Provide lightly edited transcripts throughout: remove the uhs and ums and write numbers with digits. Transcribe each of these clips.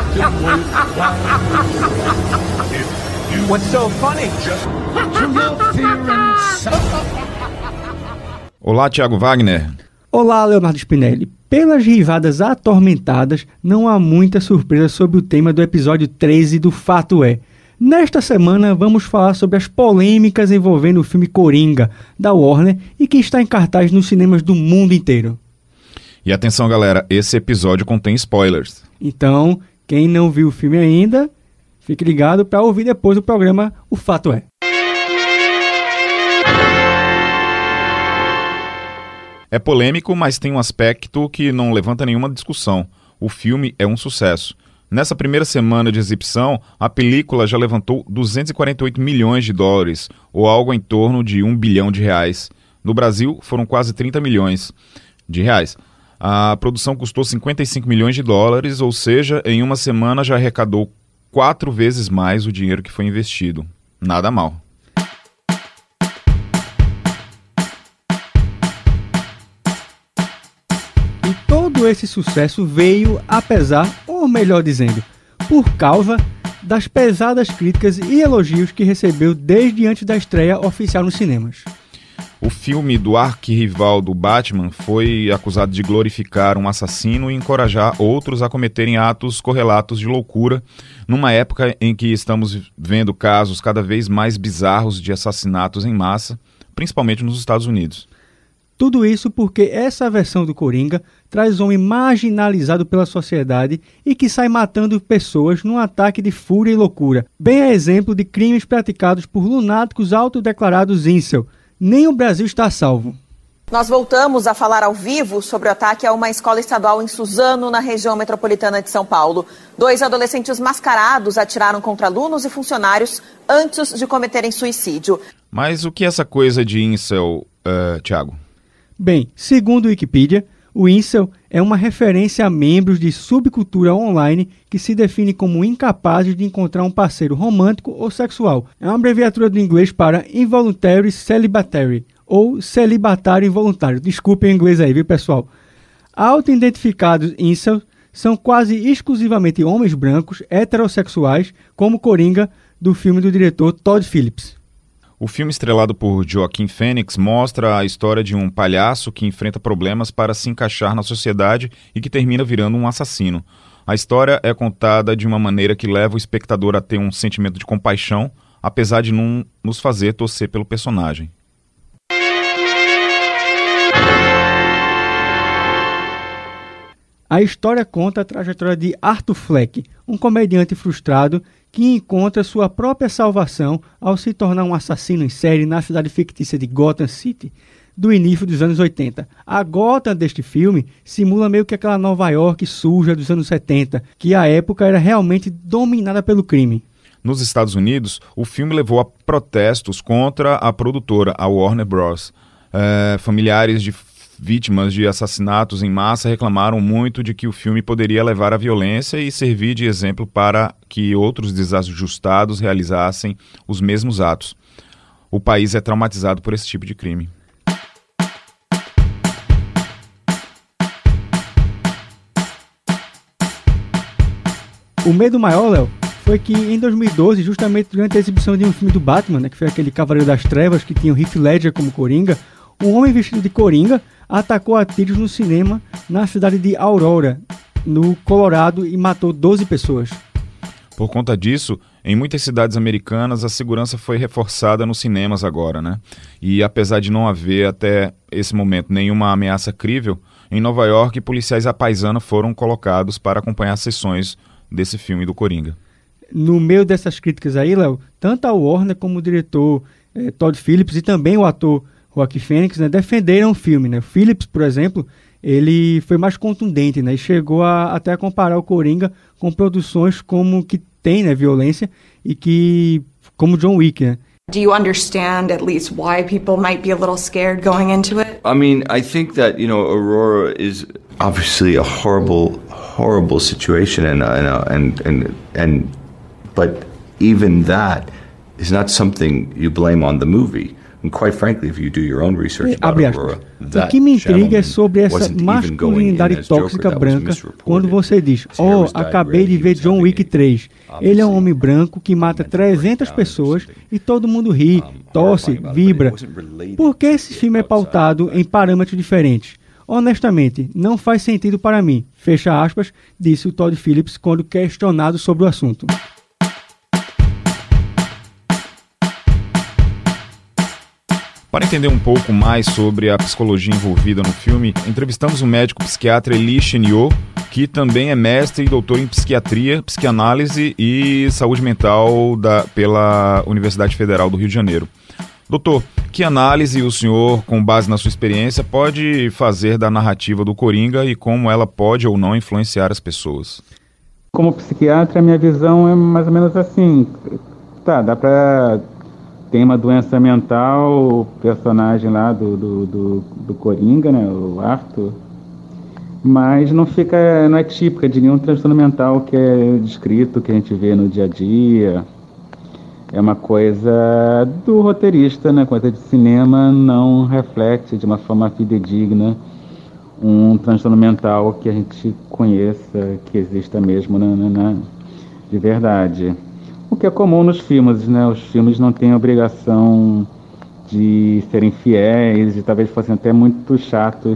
What's so funny? Olá, Thiago Wagner. Olá, Leonardo Spinelli. Pelas rivadas atormentadas, não há muita surpresa sobre o tema do episódio 13 do Fato É. Nesta semana, vamos falar sobre as polêmicas envolvendo o filme Coringa, da Warner, e que está em cartaz nos cinemas do mundo inteiro. E atenção, galera, esse episódio contém spoilers. Então, quem não viu o filme ainda, fique ligado para ouvir depois do programa O Fato É. É polêmico, mas tem um aspecto que não levanta nenhuma discussão. O filme é um sucesso. Nessa primeira semana de exibição, a película já levantou 248 milhões de dólares, ou algo em torno de R$1 bilhão. No Brasil, foram quase 30 milhões de reais. A produção custou 55 milhões de dólares, ou seja, em uma semana já arrecadou 4 vezes mais o dinheiro que foi investido. Nada mal. Todo esse sucesso veio apesar, ou melhor dizendo, por causa das pesadas críticas e elogios que recebeu desde antes da estreia oficial nos cinemas. O filme do arquirrival do Batman foi acusado de glorificar um assassino e encorajar outros a cometerem atos correlatos de loucura, numa época em que estamos vendo casos cada vez mais bizarros de assassinatos em massa, principalmente nos Estados Unidos. Tudo isso porque essa versão do Coringa traz um homem marginalizado pela sociedade e que sai matando pessoas num ataque de fúria e loucura. Bem a exemplo de crimes praticados por lunáticos autodeclarados incel. Nem o Brasil está a salvo. Nós voltamos a falar ao vivo sobre o ataque a uma escola estadual em Suzano, na região metropolitana de São Paulo. 2 adolescentes mascarados atiraram contra alunos e funcionários antes de cometerem suicídio. Mas o que é essa coisa de incel, Thiago? Bem, segundo o Wikipedia, o incel é uma referência a membros de subcultura online que se definem como incapazes de encontrar um parceiro romântico ou sexual. É uma abreviatura do inglês para Involuntary Celibatary, ou celibatário involuntário. Desculpem o inglês aí, viu, pessoal? Auto-identificados incels são quase exclusivamente homens brancos, heterossexuais, como Coringa, do filme do diretor Todd Phillips. O filme, estrelado por Joaquin Phoenix, mostra a história de um palhaço que enfrenta problemas para se encaixar na sociedade e que termina virando um assassino. A história é contada de uma maneira que leva o espectador a ter um sentimento de compaixão, apesar de não nos fazer torcer pelo personagem. A história conta a trajetória de Arthur Fleck, um comediante frustrado que encontra sua própria salvação ao se tornar um assassino em série na cidade fictícia de Gotham City, do início dos anos 80. A Gotham deste filme simula meio que aquela Nova York suja dos anos 70, que à época era realmente dominada pelo crime. Nos Estados Unidos, o filme levou a protestos contra a produtora, a Warner Bros. Familiares de vítimas de assassinatos em massa reclamaram muito de que o filme poderia levar à violência e servir de exemplo para que outros desajustados realizassem os mesmos atos. O país é traumatizado por esse tipo de crime. O medo maior, Léo, foi que em 2012, justamente durante a exibição de um filme do Batman, que foi aquele Cavaleiro das Trevas, que tinha o Heath Ledger como Coringa, um homem vestido de Coringa atacou a tiros no cinema na cidade de Aurora, no Colorado, e matou 12 pessoas. Por conta disso, em muitas cidades americanas, a segurança foi reforçada nos cinemas agora, né? E apesar de não haver até esse momento nenhuma ameaça crível, em Nova York, policiais à paisana foram colocados para acompanhar sessões desse filme do Coringa. No meio dessas críticas aí, Léo, tanto a Warner como o diretor Todd Phillips e também o ator Joaquin Phoenix, né, defenderam o filme, né? O Phillips, por exemplo, ele foi mais contundente, né, e chegou até a comparar o Coringa com produções como que tem, né, violência e que como John Wick, né? Do you understand at least why people might be a little scared going into it? I mean, I think that, Aurora is obviously a horrible situation, but even that is not something you blame on the movie. And quite frankly, if you do your own research Abre about aspas. Aurora, O que me intriga é sobre essa masculinidade tóxica branca quando você diz, acabei de ver John Wick 3. Ele é um homem branco que mata 300 pessoas e todo mundo ri, tosse, vibra. Por que esse filme é pautado em parâmetros diferentes? Honestamente, não faz sentido para mim. Fecha aspas, disse o Todd Phillips quando questionado sobre o assunto. Para entender um pouco mais sobre a psicologia envolvida no filme, entrevistamos o médico psiquiatra Eli Chenio, que também é mestre e doutor em psiquiatria, psicanálise e saúde mental pela Universidade Federal do Rio de Janeiro. Doutor, que análise o senhor, com base na sua experiência, pode fazer da narrativa do Coringa e como ela pode ou não influenciar as pessoas? Como psiquiatra, a minha visão é mais ou menos assim. Dá pra... Tem uma doença mental, o personagem lá do Coringa, né, o Arthur, mas não é típica de nenhum transtorno mental que é descrito, que a gente vê no dia a dia. É uma coisa do roteirista, né, coisa de cinema, não reflete de uma forma fidedigna um transtorno mental que a gente conheça, que exista mesmo de verdade. O que é comum nos filmes, né? Os filmes não têm obrigação de serem fiéis e talvez fossem até muito chatos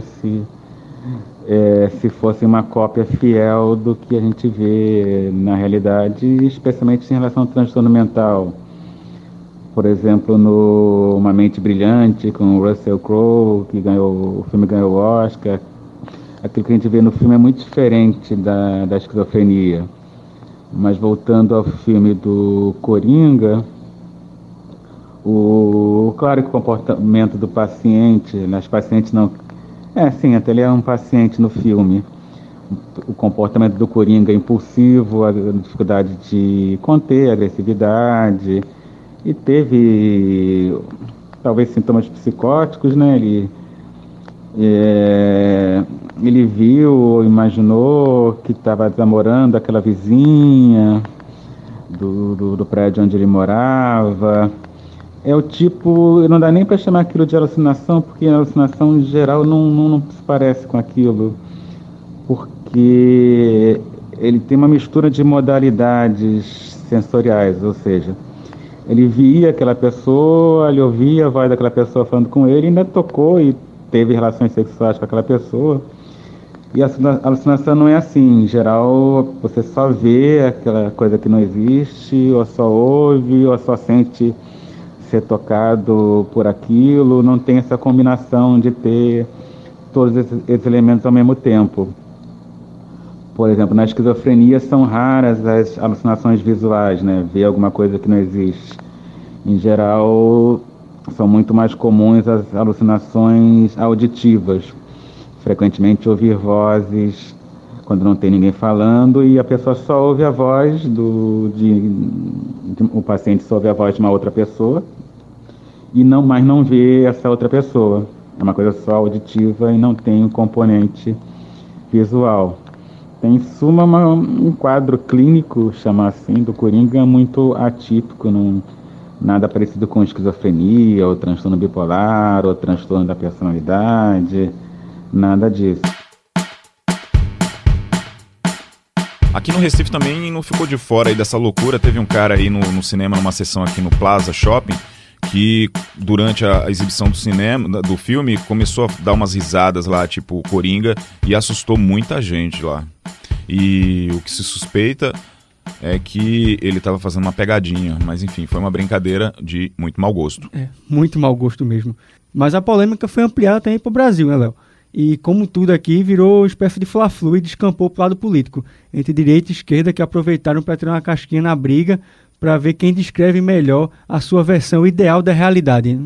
se fosse uma cópia fiel do que a gente vê na realidade, especialmente em relação ao transtorno mental. Por exemplo, no Uma Mente Brilhante, com o Russell Crowe, que o filme ganhou o Oscar, aquilo que a gente vê no filme é muito diferente da esquizofrenia. Mas voltando ao filme do Coringa, claro que o comportamento do paciente, nas pacientes não... sim, até ele é um paciente no filme. O comportamento do Coringa é impulsivo, a dificuldade de conter a agressividade, e teve talvez sintomas psicóticos, né? Ele viu ou imaginou que estava namorando aquela vizinha do prédio onde ele morava. É o tipo, não dá nem para chamar aquilo de alucinação, porque a alucinação em geral não se parece com aquilo, porque ele tem uma mistura de modalidades sensoriais, ou seja, ele via aquela pessoa, ele ouvia a voz daquela pessoa falando com ele, ainda tocou e teve relações sexuais com aquela pessoa. E a alucinação não é assim. Em geral, você só vê aquela coisa que não existe, ou só ouve, ou só sente ser tocado por aquilo. Não tem essa combinação de ter todos esses elementos ao mesmo tempo. Por exemplo, na esquizofrenia são raras as alucinações visuais, né? Ver alguma coisa que não existe. Em geral, são muito mais comuns as alucinações auditivas. Frequentemente ouvir vozes quando não tem ninguém falando e a pessoa só ouve a voz o paciente só ouve a voz de uma outra pessoa mas não vê essa outra pessoa. É uma coisa só auditiva e não tem um componente visual. Tem, em suma, um quadro clínico, chamar assim, do Coringa muito atípico, nada parecido com esquizofrenia, ou transtorno bipolar, ou transtorno da personalidade. Nada disso. Aqui no Recife também não ficou de fora aí dessa loucura. Teve um cara aí no cinema, numa sessão aqui no Plaza Shopping, que durante a exibição do filme, começou a dar umas risadas lá, tipo Coringa, e assustou muita gente lá. E o que se suspeita é que ele estava fazendo uma pegadinha, mas enfim, foi uma brincadeira de muito mau gosto. Muito mau gosto mesmo. Mas a polêmica foi ampliada também para o Brasil, né, Léo? E como tudo aqui, virou uma espécie de fla-flu e descampou para o lado político, entre direita e esquerda, que aproveitaram para tirar uma casquinha na briga para ver quem descreve melhor a sua versão ideal da realidade.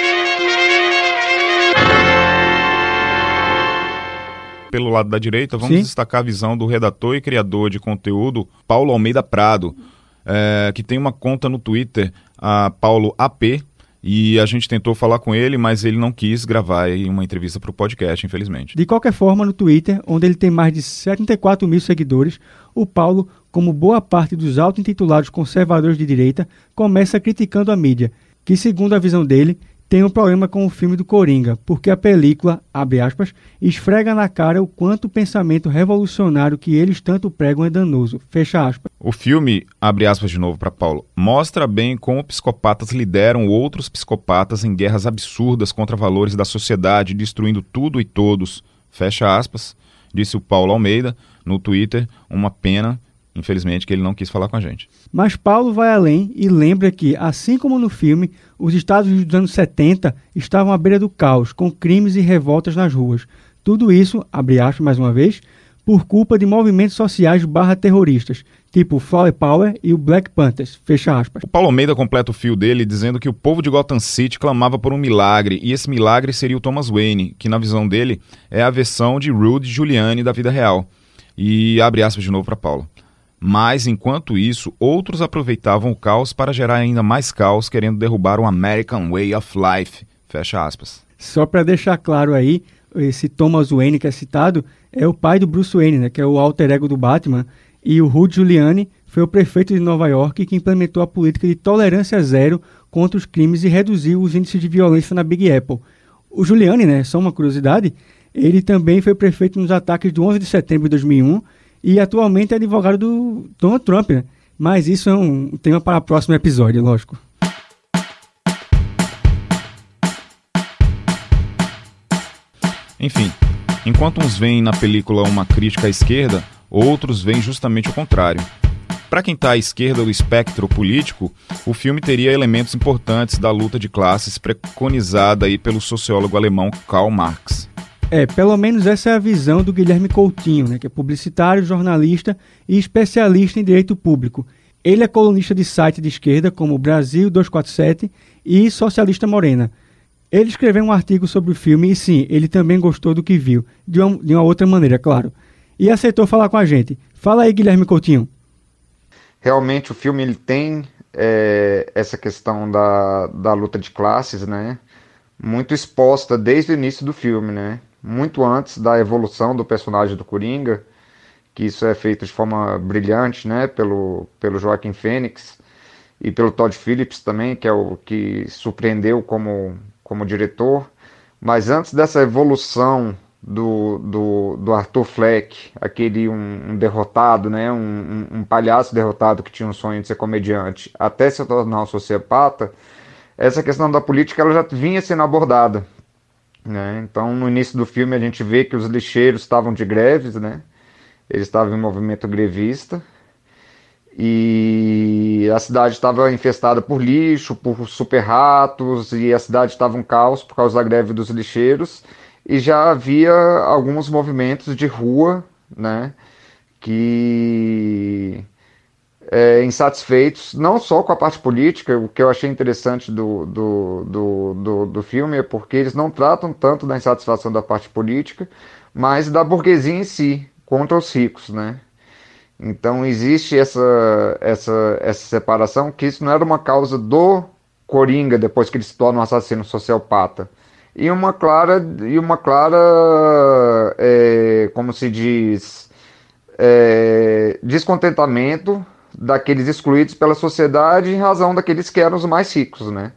Pelo lado da direita, vamos destacar a visão do redator e criador de conteúdo Paulo Almeida Prado, que tem uma conta no Twitter, a Paulo AP, e a gente tentou falar com ele, mas ele não quis gravar uma entrevista para o podcast, infelizmente. De qualquer forma, no Twitter, onde ele tem mais de 74 mil seguidores, o Paulo, como boa parte dos auto-intitulados conservadores de direita, começa criticando a mídia, que, segundo a visão dele, tem um problema com o filme do Coringa, porque a película, abre aspas, esfrega na cara o quanto o pensamento revolucionário que eles tanto pregam é danoso, fecha aspas. O filme, abre aspas de novo para Paulo, mostra bem como psicopatas lideram outros psicopatas em guerras absurdas contra valores da sociedade, destruindo tudo e todos, fecha aspas, disse o Paulo Almeida no Twitter, uma pena, infelizmente, que ele não quis falar com a gente. Mas Paulo vai além e lembra que, assim como no filme, os Estados Unidos dos anos 70 estavam à beira do caos, com crimes e revoltas nas ruas. Tudo isso, abre aspas mais uma vez, por culpa de movimentos sociais /terroristas, tipo o Flower Power e o Black Panthers, fecha aspas. O Paulo Almeida completa o fio dele dizendo que o povo de Gotham City clamava por um milagre, e esse milagre seria o Thomas Wayne, que na visão dele é a versão de Rudy Giuliani da vida real. E abre aspas de novo para Paulo. Mas, enquanto isso, outros aproveitavam o caos para gerar ainda mais caos, querendo derrubar o American Way of Life. Fecha aspas. Só para deixar claro aí, esse Thomas Wayne que é citado é o pai do Bruce Wayne, né, que é o alter ego do Batman, e o Rudy Giuliani foi o prefeito de Nova York que implementou a política de tolerância zero contra os crimes e reduziu os índices de violência na Big Apple. O Giuliani, né, só uma curiosidade, ele também foi prefeito nos ataques do 11 de setembro de 2001, e atualmente é advogado do Donald Trump, né? Mas isso é um tema para o próximo episódio, lógico. Enfim, enquanto uns veem na película uma crítica à esquerda, outros veem justamente o contrário. Para quem está à esquerda do espectro político, o filme teria elementos importantes da luta de classes preconizada aí pelo sociólogo alemão Karl Marx. Pelo menos essa é a visão do Guilherme Coutinho, né, que é publicitário, jornalista e especialista em direito público. Ele é colunista de site de esquerda como Brasil 247 e Socialista Morena. Ele escreveu um artigo sobre o filme e sim, ele também gostou do que viu, de uma outra maneira, claro. E aceitou falar com a gente. Fala aí, Guilherme Coutinho. Realmente o filme ele tem essa questão da luta de classes, né, muito exposta desde o início do filme, né? Muito antes da evolução do personagem do Coringa, que isso é feito de forma brilhante, né, pelo Joaquin Phoenix e pelo Todd Phillips também, que é o que surpreendeu como diretor. Mas antes dessa evolução do Arthur Fleck, aquele um derrotado, né, um palhaço derrotado que tinha um sonho de ser comediante, até se tornar um sociopata, essa questão da política ela já vinha sendo abordada, né? Então, no início do filme, a gente vê que os lixeiros estavam de greves, né? Eles estavam em movimento grevista e a cidade estava infestada por lixo, por super ratos, e a cidade estava um caos por causa da greve dos lixeiros, e já havia alguns movimentos de rua, né? Que insatisfeitos, não só com a parte política. O que eu achei interessante do filme é porque eles não tratam tanto da insatisfação da parte política, mas da burguesia em si, contra os ricos, né? Então existe essa separação, que isso não era uma causa do Coringa depois que ele se torna um assassino sociopata, e uma clara como se diz, descontentamento daqueles excluídos pela sociedade em razão daqueles que eram os mais ricos, né?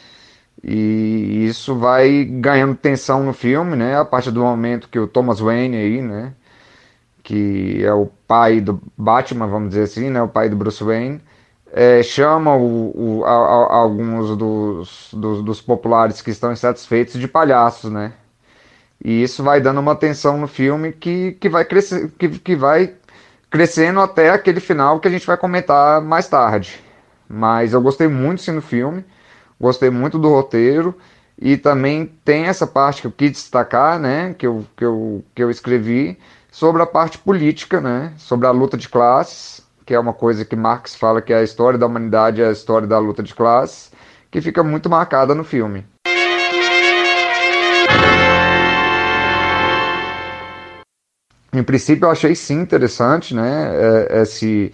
E isso vai ganhando tensão no filme, né? A partir do momento que o Thomas Wayne aí, né, que é o pai do Batman, vamos dizer assim, né, o pai do Bruce Wayne, chama alguns dos populares que estão insatisfeitos de palhaços, né? E isso vai dando uma tensão no filme que vai crescer, que vai crescendo até aquele final que a gente vai comentar mais tarde. Mas eu gostei muito sim do filme, gostei muito do roteiro, e também tem essa parte que eu quis destacar, né, que eu escrevi sobre a parte política, né, sobre a luta de classes, que é uma coisa que Marx fala que é a história da humanidade, é a história da luta de classes, que fica muito marcada no filme. Em princípio eu achei sim interessante, né, esse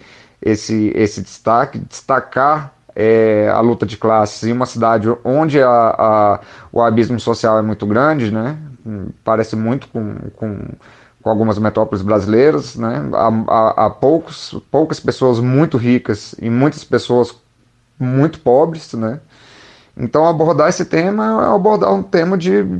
destacar a luta de classes em uma cidade onde o abismo social é muito grande, né, parece muito com algumas metrópoles brasileiras, né, há poucas pessoas muito ricas e muitas pessoas muito pobres, né, Então abordar esse tema é abordar um tema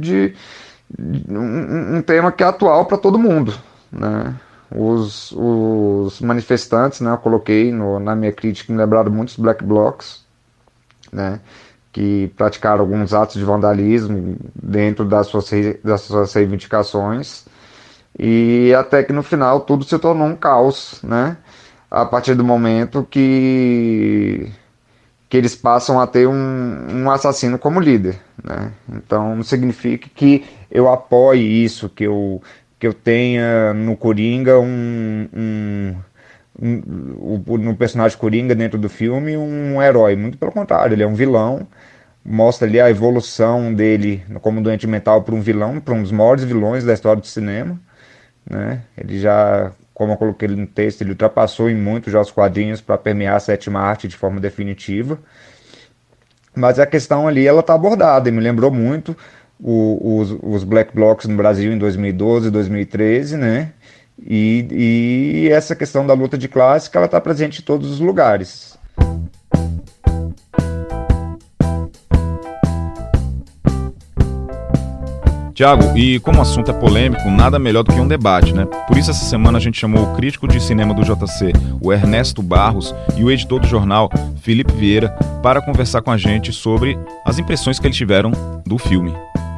um tema que é atual para todo mundo, né? Os manifestantes, né, eu coloquei na minha crítica, me lembraram muitos black blocs, né, que praticaram alguns atos de vandalismo dentro das suas reivindicações, e até que no final tudo se tornou um caos, né, a partir do momento que eles passam a ter um assassino como líder, né? Então não significa que eu apoie isso, que eu tenha no Coringa no personagem Coringa dentro do filme um herói. Muito pelo contrário, ele é um vilão. Mostra ali a evolução dele como doente mental para um vilão, para um dos maiores vilões da história do cinema, né? Ele já, como eu coloquei no texto, ele ultrapassou em muito já os quadrinhos para permear a sétima arte de forma definitiva. Mas a questão ali, ela está abordada, e me lembrou muito os Black Blocs no Brasil em 2012, 2013, né? E essa questão da luta de classe, que ela está presente em todos os lugares. Tiago, e como o assunto é polêmico, nada melhor do que um debate, né? Por isso essa semana a gente chamou o crítico de cinema do JC, o Ernesto Barros, e o editor do jornal, Felipe Vieira, para conversar com a gente sobre as impressões que eles tiveram do filme.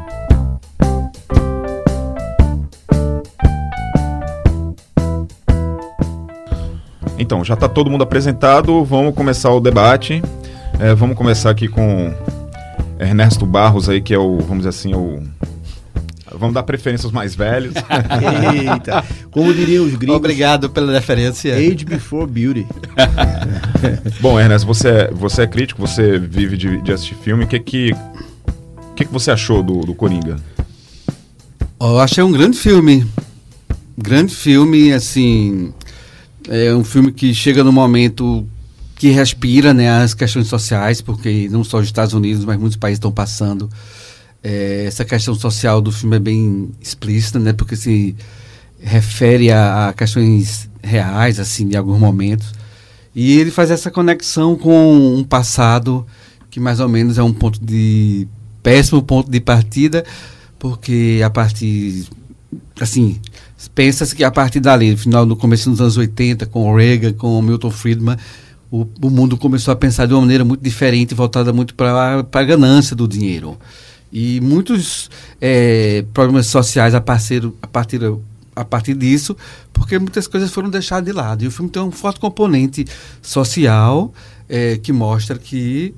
Então, já está todo mundo apresentado, vamos começar o debate. Vamos começar aqui com Ernesto Barros, aí, que é o, vamos dizer assim, vamos dar preferência aos mais velhos. Eita, como diriam os gringos. Obrigado pela referência. Age before beauty. Bom, Ernesto, você é crítico, você vive de assistir filme. O que você achou do Coringa? Eu achei um grande filme. Grande filme, assim... É um filme que chega no momento que respira, né, as questões sociais, porque não só os Estados Unidos, mas muitos países estão passando. Essa questão social do filme é bem explícita, né, porque se refere a questões reais, assim, de alguns momentos. E ele faz essa conexão com um passado que mais ou menos é um péssimo ponto de partida, porque a partir, assim... Pensa-se que a partir dali, no final, no começo dos anos 80, com o Reagan, com o Milton Friedman, o mundo começou a pensar de uma maneira muito diferente, voltada muito para a ganância do dinheiro. E muitos problemas sociais a partir disso, porque muitas coisas foram deixadas de lado. E o filme tem um forte componente social que mostra que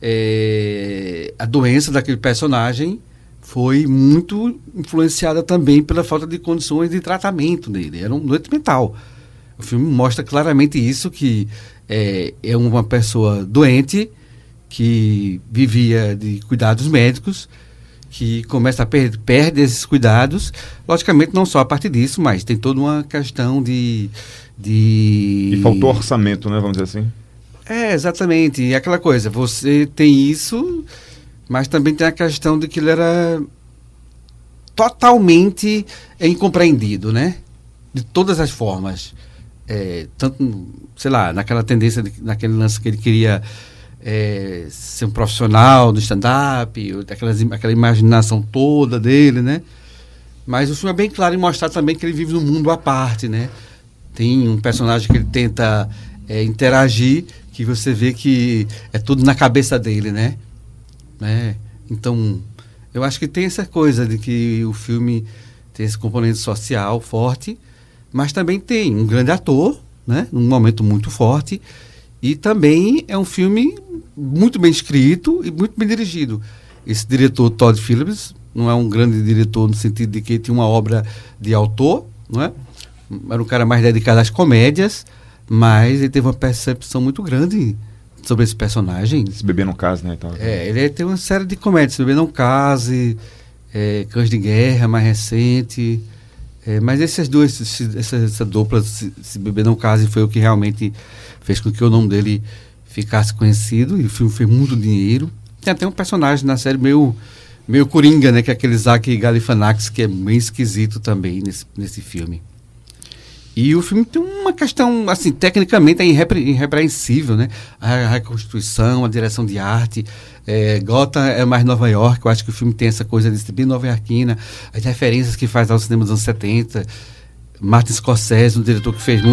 a doença daquele personagem foi muito influenciada também pela falta de condições de tratamento dele. Era um doente mental. O filme mostra claramente isso, que é uma pessoa doente que vivia de cuidados médicos, que começa a perde esses cuidados. Logicamente, não só a partir disso, mas tem toda uma questão de... E faltou orçamento, né? Vamos dizer assim. Exatamente. E aquela coisa, você tem isso... Mas também tem a questão de que ele era totalmente incompreendido, né? De todas as formas. Tanto, sei lá, naquela tendência, naquele lance que ele queria ser um profissional do stand-up, aquela imaginação toda dele, né? Mas o filme é bem claro em mostrar também que ele vive num mundo à parte, né? Tem um personagem que ele tenta interagir, que você vê que é tudo na cabeça dele, né? Então, eu acho que tem essa coisa de que o filme tem esse componente social forte, mas também tem um grande ator, né, num momento muito forte, e também é um filme muito bem escrito e muito bem dirigido. Esse diretor, Todd Phillips, não é um grande diretor no sentido de que ele tinha uma obra de autor, não é? Era um cara mais dedicado às comédias, mas ele teve uma percepção muito grande sobre esse personagem. Se Beber Não Case, né? Então. Ele tem uma série de comédias. Se Beber Não Case, Cães de Guerra, mais recente. Mas essa dupla, Se Beber Não Case, foi o que realmente fez com que o nome dele ficasse conhecido. E o filme fez muito dinheiro. Tem até um personagem na série meio Coringa, né? Que é aquele Zach Galifianakis, que é bem esquisito também nesse filme. E o filme tem uma questão, assim, tecnicamente é irrepreensível, né? A reconstituição, a direção de arte, Gotham é mais Nova York, eu acho que o filme tem essa coisa de ser bem nova-iorquina, as referências que faz ao cinema dos anos 70, Martin Scorsese, um diretor que fez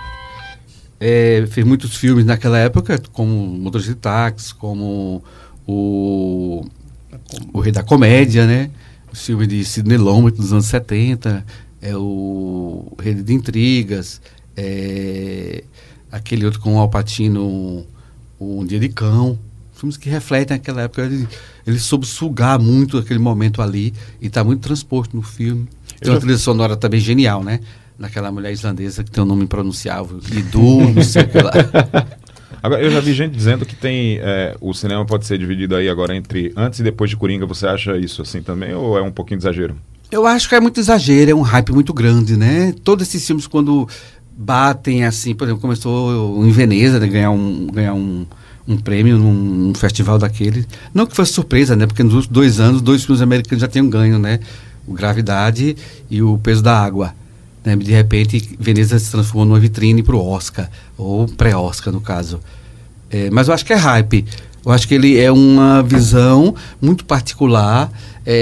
muitos filmes naquela época, como Motorista de Táxi, como o Rei da Comédia, né? Os filmes de Sidney Lumet dos anos 70, o Rede de Intrigas, aquele outro com o Al Pacino, Um Dia de Cão, filmes que refletem aquela época. Ele soube sugar muito aquele momento ali e está muito transposto no filme. Tem uma trilha sonora também genial, né? Naquela mulher islandesa que tem um nome impronunciável, Lidu, não sei o que lá. Agora, eu já vi gente dizendo que tem o cinema pode ser dividido aí agora entre antes e depois de Coringa. Você acha isso assim também ou é um pouquinho de exagero? Eu acho que é muito exagero, é um hype muito grande, né? Todos esses filmes quando batem assim, por exemplo, começou em Veneza, né, ganhar um prêmio num festival daquele. Não que fosse surpresa, né? Porque nos últimos 2 anos, 2 filmes americanos já tinham ganho, né? O Gravidade e o Peso da Água. Né? De repente, Veneza se transformou numa vitrine para o Oscar, ou pré-Oscar, no caso. Mas eu acho que é hype. Eu acho que ele é uma visão muito particular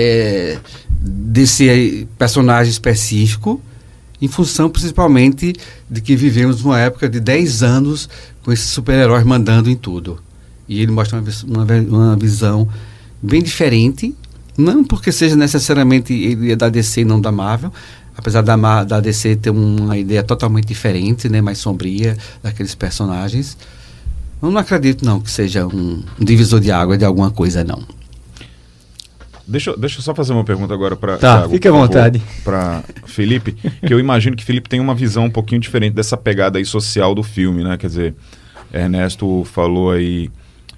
desse personagem específico, em função principalmente de que vivemos numa época de 10 anos com esses super-heróis mandando em tudo. E ele mostra uma visão bem diferente, não porque seja necessariamente ele é da DC e não da Marvel, apesar da DC ter uma ideia totalmente diferente, né, mais sombria daqueles personagens. Eu não acredito não que seja um divisor de água de alguma coisa, não. Deixa eu só fazer uma pergunta agora para Thiago, fique à vontade. Para Felipe, que eu imagino que Felipe tem uma visão um pouquinho diferente dessa pegada aí social do filme, né? Quer dizer, Ernesto falou aí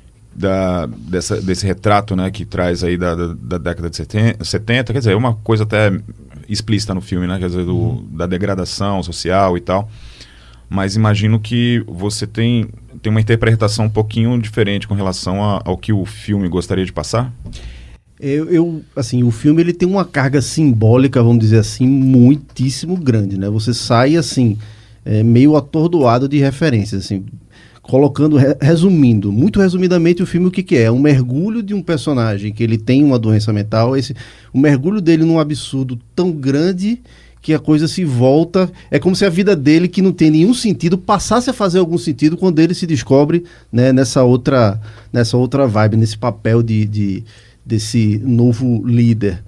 desse retrato, né, que traz aí da década de 70, quer dizer, é uma coisa até explícita no filme, né? Quer dizer, da degradação social e tal. Mas imagino que você tem uma interpretação um pouquinho diferente com relação ao que o filme gostaria de passar? Assim, o filme ele tem uma carga simbólica, vamos dizer assim, muitíssimo grande, né? Você sai, assim, meio atordoado de referências, assim, colocando, resumindo, muito resumidamente o filme o que é? É um mergulho de um personagem que ele tem uma doença mental, o mergulho dele num absurdo tão grande que a coisa se volta, é como se a vida dele, que não tem nenhum sentido, passasse a fazer algum sentido quando ele se descobre, né, nessa outra vibe, nesse papel desse novo líder.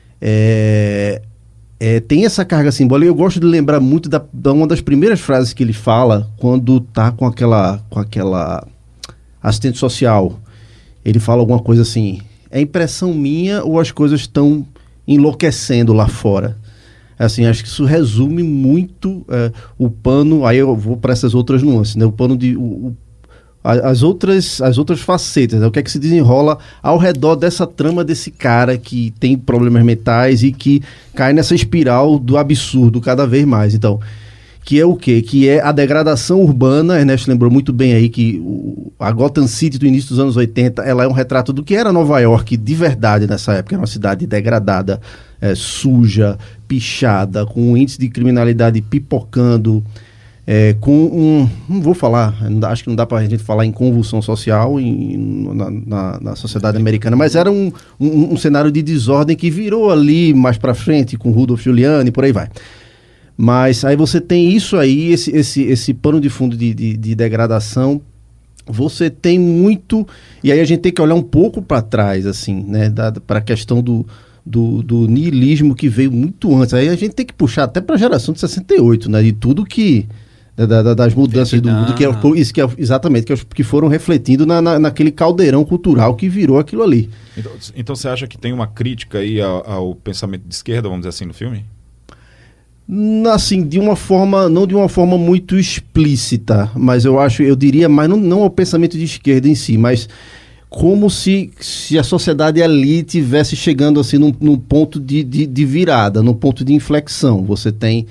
Tem essa carga simbólica. Eu gosto de lembrar muito da uma das primeiras frases que ele fala quando tá com aquela assistente social. Ele fala alguma coisa assim: é impressão minha ou as coisas estão enlouquecendo lá fora? Assim, acho que isso resume muito o pano. Aí eu vou para essas outras nuances, né? O pano de as outras facetas, né? O que é que se desenrola ao redor dessa trama desse cara que tem problemas mentais e que cai nessa espiral do absurdo cada vez mais. Então, que é o quê? Que é a degradação urbana. Ernesto lembrou muito bem aí que a Gotham City do início dos anos 80, ela é um retrato do que era Nova York de verdade nessa época. Era uma cidade degradada, suja, pichada, com um índice de criminalidade pipocando, não vou falar, acho que não dá pra gente falar em convulsão social na sociedade americana, mas era um cenário de desordem que virou ali mais pra frente com Rudolph Giuliani e por aí vai. Mas aí você tem isso aí, esse pano de fundo de degradação. Você tem muito, e aí a gente tem que olhar um pouco para trás, assim, né, para a questão do niilismo que veio muito antes. Aí a gente tem que puxar até para a geração de 68, né, de tudo que das mudanças do mundo, exatamente, que foram refletindo naquele caldeirão cultural que virou aquilo ali. Então você acha que tem uma crítica aí ao pensamento de esquerda, vamos dizer assim, no filme? Assim, não de uma forma muito explícita, mas eu diria, mas não ao pensamento de esquerda em si, mas como se a sociedade ali estivesse chegando assim num ponto de virada, num ponto de inflexão. Você tem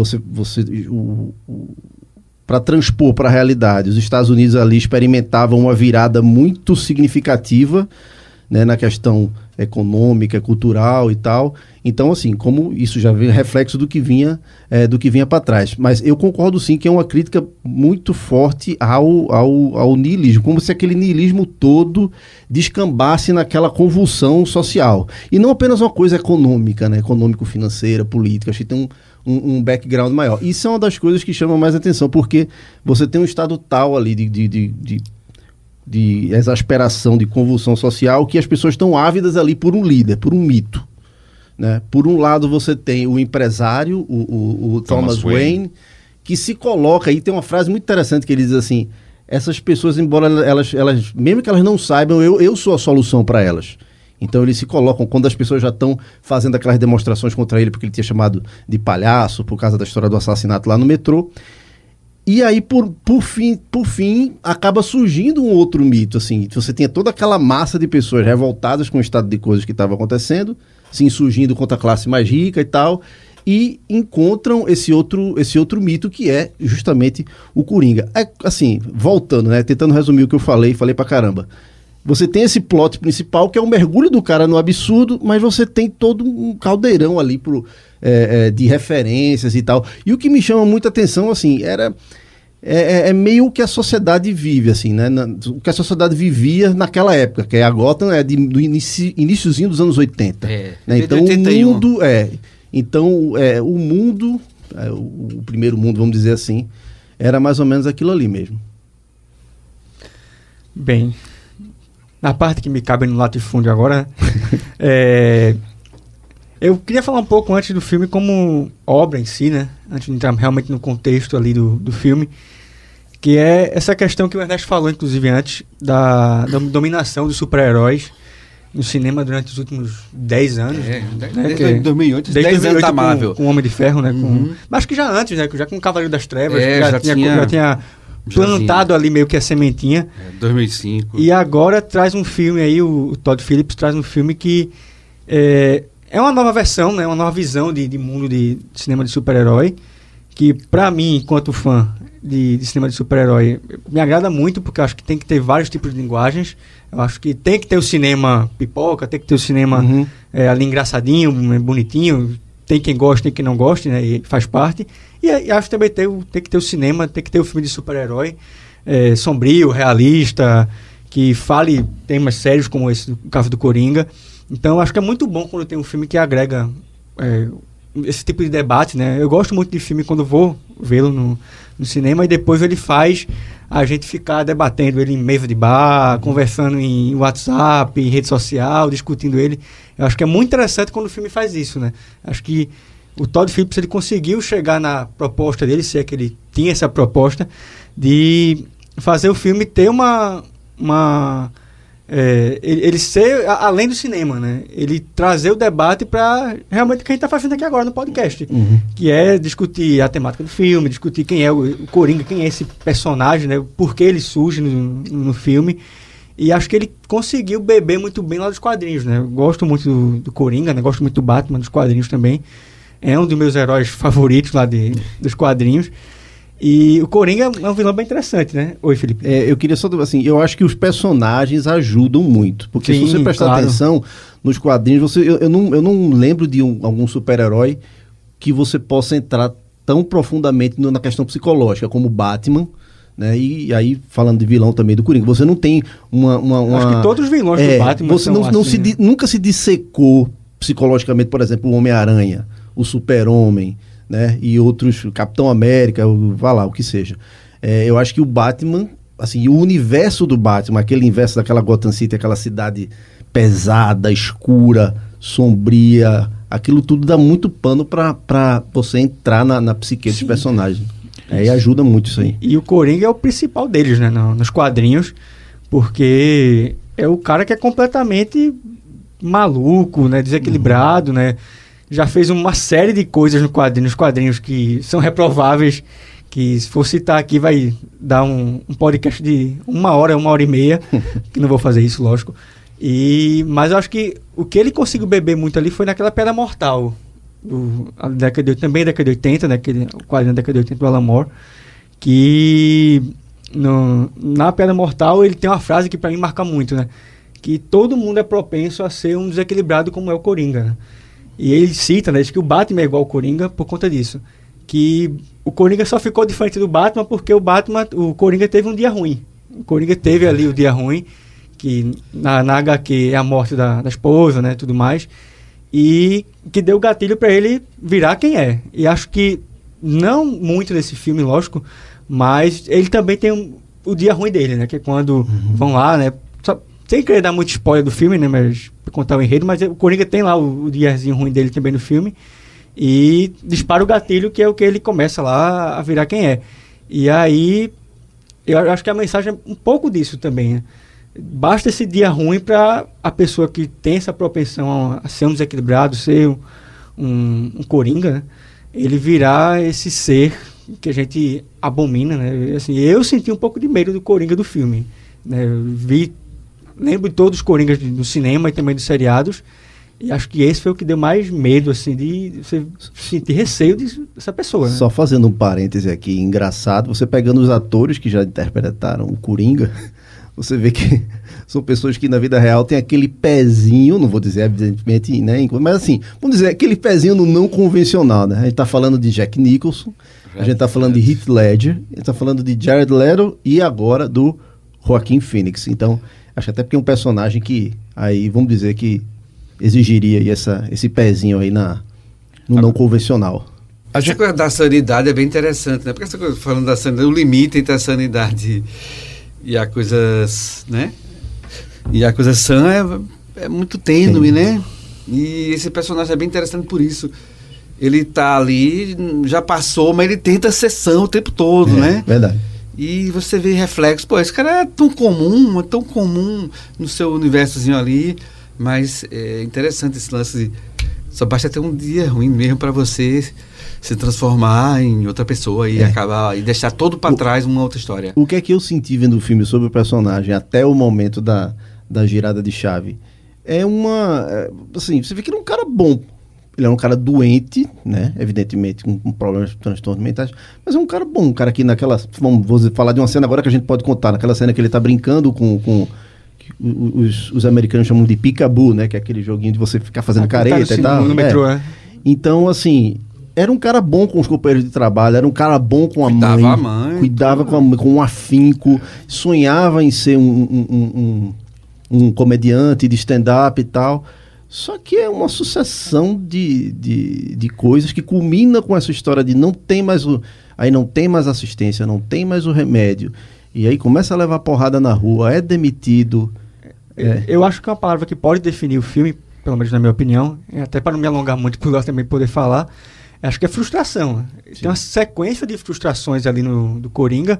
para transpor para a realidade, os Estados Unidos ali experimentavam uma virada muito significativa, né, na questão econômica, cultural e tal. Então, assim, como isso já vem reflexo do que vinha para trás. Mas eu concordo sim que é uma crítica muito forte ao niilismo, como se aquele niilismo todo descambasse naquela convulsão social. E não apenas uma coisa econômica, né, econômico-financeira, política, acho que tem um background maior. Isso é uma das coisas que chama mais atenção, porque você tem um estado tal ali de exasperação, de convulsão social, que as pessoas estão ávidas ali por um líder, por um mito, né? Por um lado você tem o empresário, o Thomas Wayne, que se coloca, aí tem uma frase muito interessante que ele diz assim, essas pessoas, embora elas mesmo que elas não saibam, eu sou a solução para elas. Então eles se colocam, quando as pessoas já estão fazendo aquelas demonstrações contra ele, porque ele tinha chamado de palhaço, por causa da história do assassinato lá no metrô. E aí, por fim, acaba surgindo um outro mito, assim. Você tinha toda aquela massa de pessoas revoltadas com o estado de coisas que estava acontecendo, se insurgindo contra a classe mais rica e tal, e encontram esse outro mito que é justamente o Coringa. Assim, voltando, né, tentando resumir o que eu falei pra caramba. Você tem esse plot principal, que é o mergulho do cara no absurdo, mas você tem todo um caldeirão ali de referências e tal. E o que me chama muita atenção, assim, é meio o que a sociedade vive, assim, né? O que a sociedade vivia naquela época, que a Gotham do iniciozinho dos anos 80. Né? Então, 81. O mundo, o primeiro mundo, vamos dizer assim, era mais ou menos aquilo ali mesmo. Bem, na parte que me cabe no latifúndio agora, eu queria falar um pouco antes do filme como obra em si, né? Antes de entrar realmente no contexto ali do filme, que é essa questão que o Ernesto falou, inclusive, antes, da dominação dos super-heróis no cinema durante os últimos 10 anos. Desde 2008, desde 10 anos da Marvel. Com o Homem de Ferro, né? Mas que já antes, né? Já com o Cavaleiro das Trevas, já tinha plantado ali meio que a sementinha. 2005. E agora traz um filme aí, o Todd Phillips traz um filme que é uma nova versão, né? Uma nova visão de mundo de cinema de super-herói, que pra mim, enquanto fã de cinema de super-herói, me agrada muito, porque eu acho que tem que ter vários tipos de linguagens. Eu acho que tem que ter o cinema pipoca, tem que ter o cinema ali engraçadinho, bonitinho. Tem quem gosta, tem quem não gosta, né? E faz parte. E acho que também tem que ter o cinema, tem que ter o filme de super-herói sombrio, realista, que fale temas sérios como esse, o caso do Coringa. Então, acho que é muito bom quando tem um filme que agrega esse tipo de debate, né? Eu gosto muito de filme quando vou vê-lo no cinema e depois ele faz a gente ficar debatendo ele em mesa de bar, conversando em WhatsApp, em rede social, discutindo ele. Eu acho que é muito interessante quando o filme faz isso, né? Acho que o Todd Phillips, ele conseguiu chegar na proposta dele, se é que ele tinha essa proposta, de fazer o filme ter ele ser além do cinema, né? Ele trazer o debate para realmente o que a gente está fazendo aqui agora no podcast, que é discutir a temática do filme, discutir quem é o Coringa, quem é esse personagem, né? Por que ele surge no filme. E acho que ele conseguiu beber muito bem lá dos quadrinhos, né? Eu gosto muito do Coringa, né? Gosto muito do Batman, dos quadrinhos também. É um dos meus heróis favoritos lá dos quadrinhos. E o Coringa é um vilão bem interessante, né? Oi, Felipe. Eu queria só, assim, eu acho que os personagens ajudam muito. Porque se você prestar atenção nos quadrinhos, eu não lembro de algum super-herói que você possa entrar tão profundamente na questão psicológica, como o Batman, né? E aí, falando de vilão também do Coringa, você não tem uma... Acho que todos os vilões do Batman você nunca se dissecou psicologicamente, por exemplo, o Homem-Aranha, o Super-Homem, né? E outros, Capitão América, o que seja. Eu acho que o Batman, assim, o universo do Batman, aquele universo daquela Gotham City, aquela cidade pesada, escura, sombria, aquilo tudo dá muito pano para você entrar na psique dos personagens. E ajuda muito isso aí. E o Coringa é o principal deles, né? Nos quadrinhos, porque é o cara que é completamente maluco, né? Desequilibrado, né? Já fez uma série de coisas nos quadrinhos que são reprováveis, que se for citar aqui vai dar um podcast de 1 hora, 1h30, que não vou fazer isso, lógico. Mas eu acho que o que ele conseguiu beber muito ali foi naquela Pedra Mortal, também década de 80, né, o quadrinho da década de 80 do Alan Moore, que na Pedra Mortal ele tem uma frase que para mim marca muito, né? que todo mundo é propenso a ser um desequilibrado como é o Coringa, né? E ele cita, né, diz que o Batman é igual ao Coringa por conta disso. Que o Coringa só ficou diferente do Batman porque o Coringa teve um dia ruim. O Coringa teve ali o dia ruim, que na HQ é a morte da esposa, né, tudo mais, e que deu gatilho para ele virar quem é. E acho que, não muito nesse filme, lógico, mas ele também tem o dia ruim dele, né, que é quando vão lá, né, sem querer dar muito spoiler do filme, né, mas pra contar o enredo, mas o Coringa tem lá o diazinho ruim dele também no filme, e dispara o gatilho, que é o que ele começa lá a virar quem é. E aí, eu acho que a mensagem é um pouco disso também, né? Basta esse dia ruim para a pessoa que tem essa propensão a ser um desequilibrado, ser um Coringa, né? Ele virar esse ser que a gente abomina, né? Assim, eu senti um pouco de medo do Coringa do filme, né? Lembro de todos os Coringas do cinema e também dos seriados, e acho que esse foi o que deu mais medo, assim, de você sentir receio dessa pessoa, né? Só fazendo um parêntese aqui, engraçado, você pegando os atores que já interpretaram o Coringa, você vê que são pessoas que na vida real tem aquele pezinho, não vou dizer evidentemente, né, mas assim, vamos dizer, aquele pezinho no não convencional, né? A gente tá falando de Jack Nicholson, a gente tá falando de Heath Ledger, a gente tá falando de Jared Leto e agora do Joaquin Phoenix. Então, acho até porque é um personagem que aí, vamos dizer que exigiria aí esse pezinho aí no não convencional. Essa coisa da sanidade é bem interessante, né? Porque essa coisa, falando da sanidade, o limite entre a sanidade e a coisa, né? E a coisa sã é muito tênue, né? E esse personagem é bem interessante por isso. Ele tá ali, já passou, mas ele tenta ser sã o tempo todo, né? Verdade. E você vê reflexos, pô, esse cara é tão comum no seu universozinho ali, mas é interessante esse lance de só basta ter um dia ruim mesmo para você se transformar em outra pessoa e acabar e deixar todo para trás uma outra história. O que é que eu senti vendo o filme sobre o personagem até o momento da girada de chave? Assim, você vê que ele é um cara bom. Ele é um cara doente, né? Evidentemente, com problemas de transtornos mentais, mas é um cara bom, um cara que vou falar de uma cena agora que a gente pode contar, naquela cena que ele tá brincando com os americanos chamam de peekaboo, né? Que é aquele joguinho de você ficar fazendo careta e tal. No metrô, Então, assim, era um cara bom com os companheiros de trabalho, era um cara bom com a mãe, cuidava com um afinco, sonhava em ser um comediante de stand-up e tal. Só que é uma sucessão de coisas que culmina com essa história de não tem mais assistência, não tem mais o remédio. E aí começa a levar porrada na rua, é demitido. Eu acho que é uma palavra que pode definir o filme, pelo menos na minha opinião, até para não me alongar muito, para eu também poder falar, acho que é frustração. Sim. Tem uma sequência de frustrações ali do Coringa,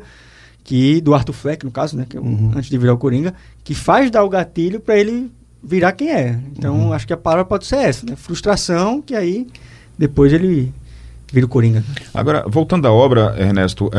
do Arthur Fleck, no caso, né, que antes de virar o Coringa, que faz dar o gatilho para ele virar quem é. Então, acho que a palavra pode ser essa, né? Frustração, que aí depois ele vira o Coringa. Agora, voltando à obra, Ernesto,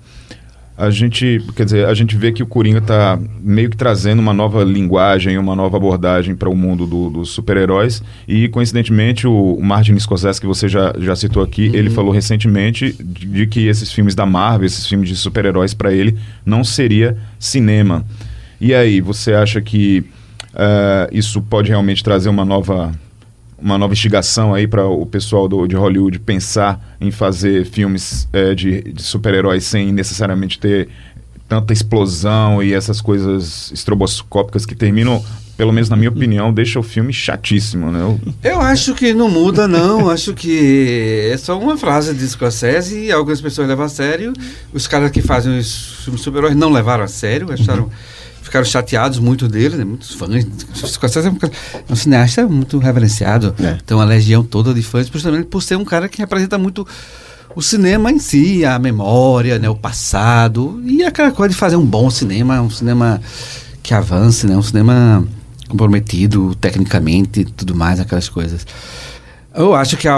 a gente vê que o Coringa está meio que trazendo uma nova linguagem, uma nova abordagem para o mundo dos super-heróis, e coincidentemente o Martin Scorsese, que você já citou aqui, ele falou recentemente de que esses filmes da Marvel, esses filmes de super-heróis, para ele não seria cinema. E aí, você acha que isso pode realmente trazer uma nova instigação aí para o pessoal de Hollywood pensar em fazer filmes de super-heróis sem necessariamente ter tanta explosão e essas coisas estroboscópicas que terminam, pelo menos na minha opinião, deixa o filme chatíssimo, né? Eu acho que não muda, não. Acho que é só uma frase de Scorsese e algumas pessoas levam a sério. Os caras que fazem os filmes super-heróis não levaram a sério, ficaram chateados muito dele, né? Muitos fãs. Scorsese é um cineasta muito reverenciado. Tem uma legião toda de fãs, justamente por ser um cara que representa muito o cinema em si, a memória, né? O passado, e aquela coisa de fazer um bom cinema, um cinema que avance, né? Um cinema comprometido tecnicamente e tudo mais, aquelas coisas. Eu acho que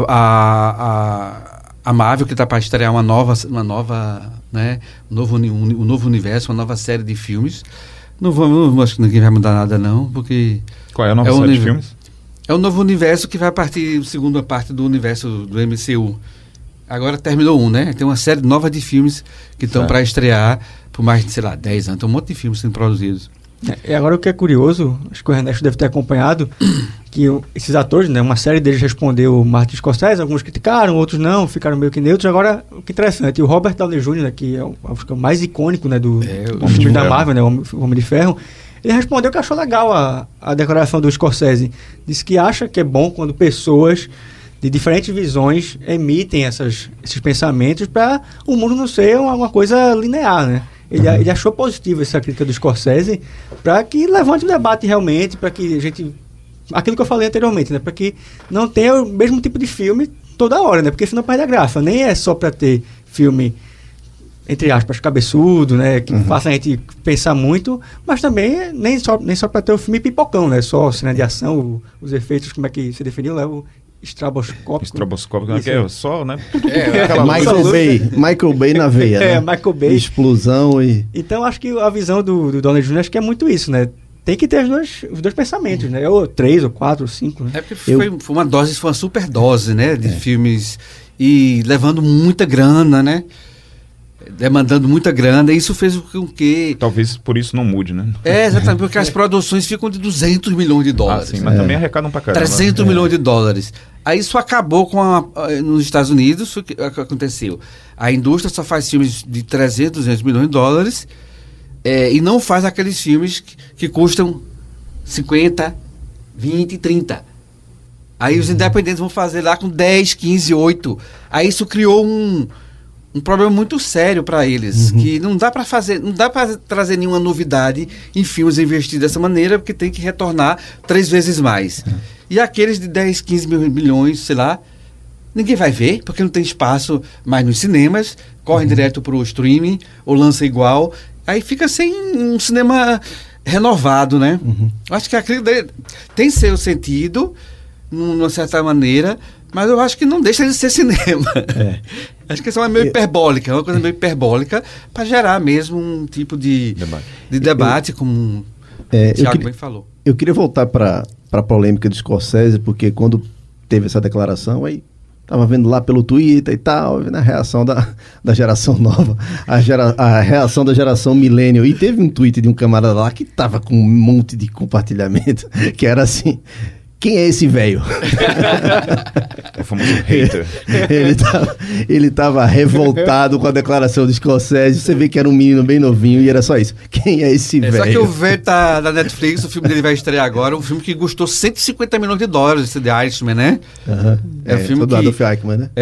a Marvel, que está para estrear uma nova, né, um novo universo, uma nova série de filmes. Não acho que ninguém vai mudar nada, não, porque... Qual é a nova série de filmes? É um novo universo que vai partir, segunda parte do universo do MCU. Agora terminou né? Tem uma série nova de filmes que estão para estrear por mais de, 10 anos. Tem um monte de filmes sendo produzidos. E agora o que é curioso, acho que o Ernesto deve ter acompanhado, que esses atores, né, uma série deles respondeu o Martin Scorsese, alguns criticaram, outros não, ficaram meio que neutros. Agora, o que é interessante, o Robert Downey Jr., né, que é o mais icônico, né, do filme da Marvel, né, o Homem de Ferro, ele respondeu que achou legal a declaração do Scorsese. Disse que acha que é bom quando pessoas de diferentes visões emitem esses pensamentos para o mundo não ser uma coisa linear, né? Ele achou positivo essa crítica do Scorsese para que levante o debate realmente, para que a gente... Aquilo que eu falei anteriormente, né? Para que não tenha o mesmo tipo de filme toda hora, né? Porque senão perde a graça. Nem é só para ter filme, entre aspas, cabeçudo, né? Que faça a gente pensar muito, mas também nem só para ter o filme pipocão, né? Só cena de ação, os efeitos, como é que se definiu, leva estroboscópico, que é só, né? Michael Bay na veia, né? Michael Bay. Explosão e... Então, acho que a visão do Downey Jr. acho que é muito isso, né? Tem que ter os dois pensamentos, né? Ou 3, ou 4, ou 5, né? É porque foi uma super dose, né? De filmes e levando muita grana, né? Demandando muita grana, e isso fez com que... Talvez por isso não mude, né? Exatamente, porque as produções ficam de 200 milhões de dólares. Sim, mas também arrecadam pra caramba. 300 milhões de dólares. Aí isso acabou nos Estados Unidos, o que aconteceu? A indústria só faz filmes de 300, 200 milhões de dólares e não faz aqueles filmes que custam 50, 20, 30. Aí os independentes vão fazer lá com 10, 15, 8. Aí isso criou um problema muito sério para eles, que não dá para trazer nenhuma novidade em filmes investidos dessa maneira, porque tem que retornar 3 vezes mais. E aqueles de 10, 15 milhões, sei lá, ninguém vai ver, porque não tem espaço mais nos cinemas, correm direto para o streaming, ou lança igual, aí fica sem um cinema renovado, né? Acho que aquilo tem seu sentido, numa certa maneira, mas eu acho que não deixa de ser cinema. Acho que isso é meio hiperbólica, uma coisa meio hiperbólica, para gerar mesmo um tipo de debate, como o Thiago bem falou. Eu queria voltar para a polêmica do Scorsese, porque quando teve essa declaração, aí estava vendo lá pelo Twitter e tal, vendo a reação da geração nova, a reação da geração millennial, e teve um tweet de um camarada lá que estava com um monte de compartilhamento, que era assim... Quem é esse velho? O famoso hater. Ele tava revoltado com a declaração do Scorsese. Você vê que era um menino bem novinho e era só isso. Quem é esse velho? Só que o velho tá na Netflix, o filme dele vai estrear agora, um filme que custou 150 milhões de dólares, esse The Irishman, né? É um filme do Adolf Eichmann, né?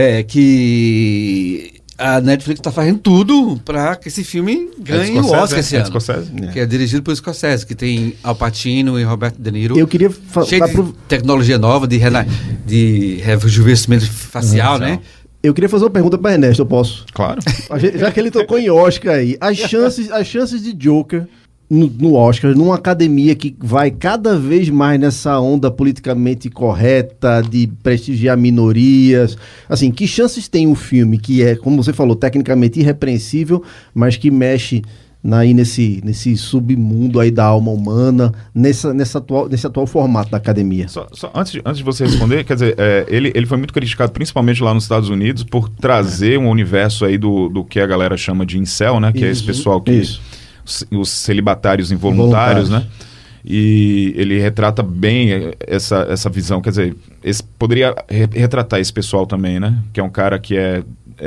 Que a Netflix tá fazendo tudo para que esse filme ganhe o Oscar esse ano. Que é dirigido por Scorsese, que tem Al Pacino e Robert De Niro. Eu queria cheio de tecnologia nova, de rejuvenescimento facial, né? Eu queria fazer uma pergunta para Ernesto, eu posso? Claro. Já que ele tocou em Oscar aí, as chances de Joker no Oscar, numa academia que vai cada vez mais nessa onda politicamente correta, de prestigiar minorias, assim, que chances tem um filme que é, como você falou, tecnicamente irrepreensível, mas que mexe nesse submundo aí da alma humana, nesse atual formato da academia? Só antes de você responder, quer dizer, ele foi muito criticado, principalmente lá nos Estados Unidos, por trazer um universo aí do que a galera chama de incel, né? Que é esse pessoal que... Os celibatários involuntários, né? E ele retrata bem essa visão, quer dizer, poderia retratar esse pessoal também, né? Que é um cara que é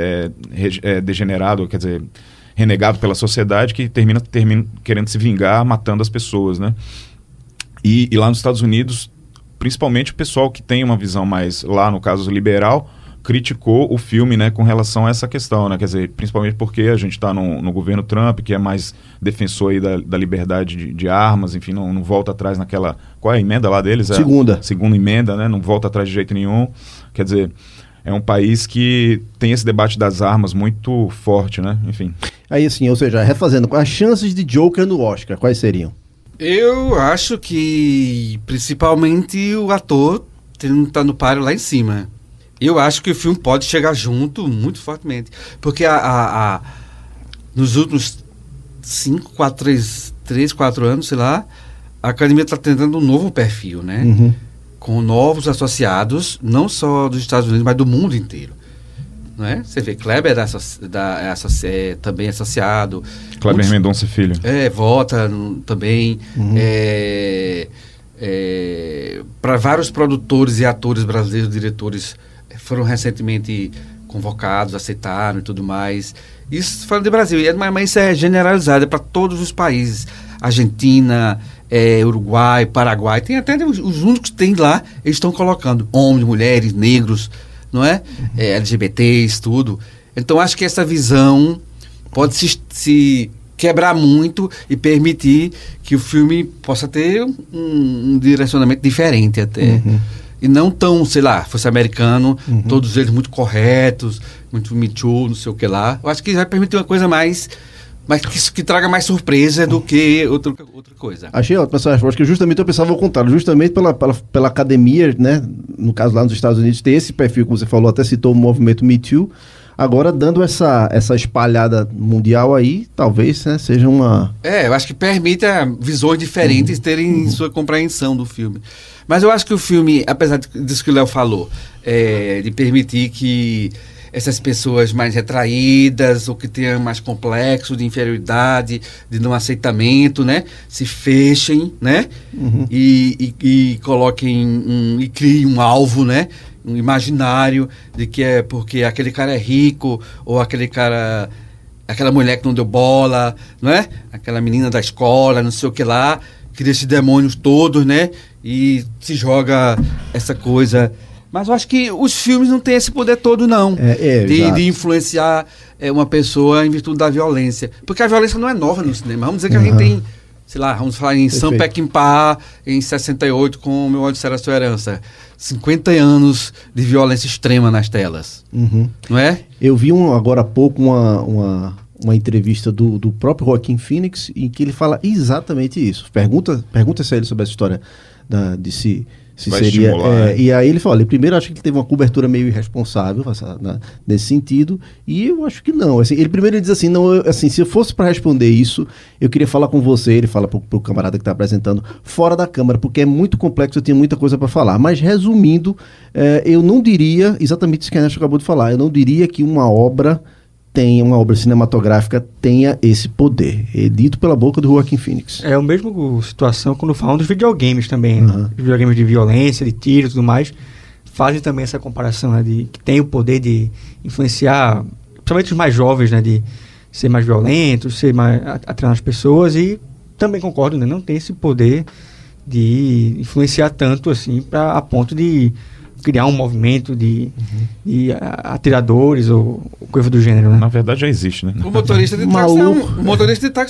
degenerado, quer dizer, renegado pela sociedade, que termina querendo se vingar, matando as pessoas, né? E lá nos Estados Unidos, principalmente o pessoal que tem uma visão mais, lá no caso liberal, criticou o filme, né, com relação a essa questão, né, quer dizer, principalmente porque a gente está no governo Trump, que é mais defensor aí da liberdade de armas, enfim, não volta atrás naquela... Qual é a emenda lá deles? Segunda emenda, né, não volta atrás de jeito nenhum, quer dizer, é um país que tem esse debate das armas muito forte, né, enfim. Aí assim, ou seja, refazendo, as chances de Joker no Oscar, quais seriam? Eu acho que, principalmente, o ator tá no páreo lá em cima. Eu acho que o filme pode chegar junto muito fortemente. Porque nos últimos 4 anos, sei lá, a academia está tentando um novo perfil, né? Com novos associados, não só dos Estados Unidos, mas do mundo inteiro. não é? Você vê, Kleber também associado. Kleber Mendonça Filho. Vota também. Para vários produtores e atores brasileiros, diretores, foram recentemente convocados, aceitaram e tudo mais. Isso falando de Brasil, mas isso é generalizado para todos os países. Argentina, Uruguai, Paraguai, tem até os únicos que tem lá, eles estão colocando homens, mulheres, negros, não é? LGBTs, tudo. Então acho que essa visão pode se quebrar muito e permitir que o filme possa ter um direcionamento diferente até. E não tão, sei lá, fosse americano, todos eles muito corretos, muito Me Too, não sei o que lá. Eu acho que vai permitir uma coisa mais que traga mais surpresa do que outra coisa. Achei ótimo essa resposta, que justamente eu pensava ao contrário, justamente pela academia, né, no caso lá nos Estados Unidos, tem esse perfil que você falou, até citou o movimento Me Too, agora dando essa espalhada mundial aí, talvez, né, seja uma... eu acho que permite visões diferentes terem sua compreensão do filme. Mas eu acho que o filme, apesar disso que o Léo falou, de permitir que essas pessoas mais retraídas ou que tenham mais complexo de inferioridade, de não aceitamento, né, se fechem, né, e coloquem e criem um alvo, né, um imaginário de que é porque aquele cara é rico ou aquela mulher que não deu bola, não é? Aquela menina da escola, não sei o que lá, cria esses demônios todos, né, e se joga essa coisa. Mas eu acho que os filmes não têm esse poder todo, não. De influenciar uma pessoa em virtude da violência. Porque a violência não é nova no cinema. Vamos dizer que a gente tem, sei lá, vamos falar em Sam Peckinpah, em 68, com Meu Ódio Será Sua Herança. 50 anos de violência extrema nas telas. Não é? Eu vi agora há pouco uma entrevista do próprio Joaquin Phoenix, em que ele fala exatamente isso. Pergunta-se a ele sobre essa história de se seria... e aí ele fala, primeiro acho que ele teve uma cobertura meio irresponsável nesse sentido, e eu acho que não. Assim, ele diz assim, não, se eu fosse para responder isso, eu queria falar com você, ele fala pro camarada que está apresentando, fora da câmera, porque é muito complexo, eu tenho muita coisa para falar. Mas resumindo, eu não diria, exatamente isso que a Ernesto acabou de falar, eu não diria que uma obra cinematográfica tenha esse poder. É dito pela boca do Joaquin Phoenix. É a mesma situação quando falam dos videogames também. Os videogames de violência, de tiro e tudo mais, fazem também essa comparação, né, de que tem o poder de influenciar, principalmente os mais jovens, né, de ser mais violentos, ser mais atirar nas pessoas, e também concordo, né, não tem esse poder de influenciar tanto assim a ponto de criar um movimento de atiradores ou coisa do gênero, né? Na verdade já existe, né? O motorista de táxi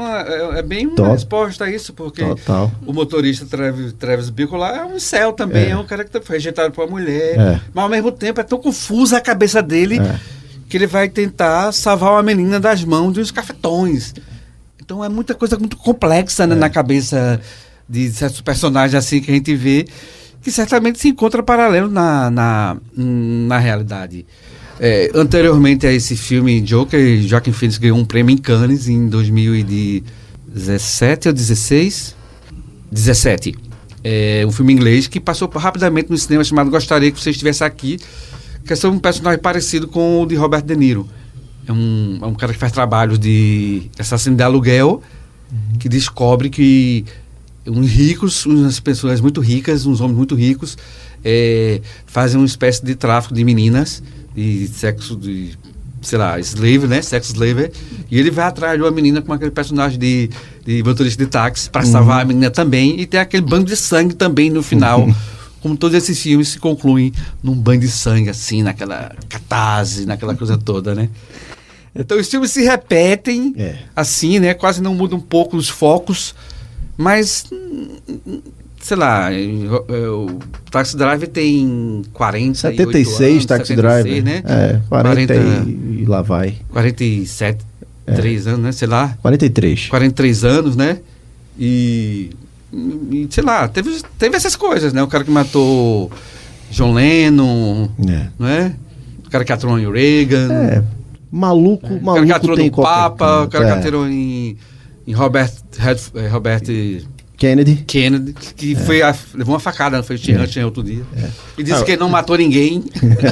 é bem uma resposta a isso, porque o motorista Travis Bickle lá é um incel também, é um cara que foi rejeitado por uma mulher, mas ao mesmo tempo é tão confusa a cabeça dele que ele vai tentar salvar uma menina das mãos de uns cafetões. Então é muita coisa muito complexa, né, na cabeça de certos personagens assim que a gente vê, que certamente se encontra paralelo na realidade. Anteriormente a esse filme Joker, Joaquin Phoenix ganhou um prêmio em Cannes em 2017 ou 16? 17. Um filme inglês que passou rapidamente no cinema, chamado Gostaria que Você Estivesse Aqui, que é sobre um personagem parecido com o de Robert De Niro. É um cara que faz trabalhos de assassino de aluguel, que descobre que umas pessoas muito ricas, uns homens muito ricos, fazem uma espécie de tráfico de meninas, de sexo, sei lá, slave, né? Sex slave. E ele vai atrás de uma menina com aquele personagem de motorista de táxi para salvar a menina também. E tem aquele banho de sangue também no final. Como todos esses filmes se concluem num banho de sangue, assim, naquela catarse, naquela coisa toda, né? Então os filmes se repetem, assim, né? Quase não mudam um pouco os focos. Mas, sei lá, o Taxi Driver tem 76 anos, Taxi Driver, né? 40 e lá vai. 47, 3 anos, né? Sei lá. 43 anos, né? E sei lá, teve essas coisas, né? O cara que matou John Lennon, não é? O cara que atirou em Reagan. Maluco o cara que atirou tem no Papa, o cara que atirou em Robert Kennedy, que levou uma facada, não foi o outro dia. E disse que ele não matou ninguém.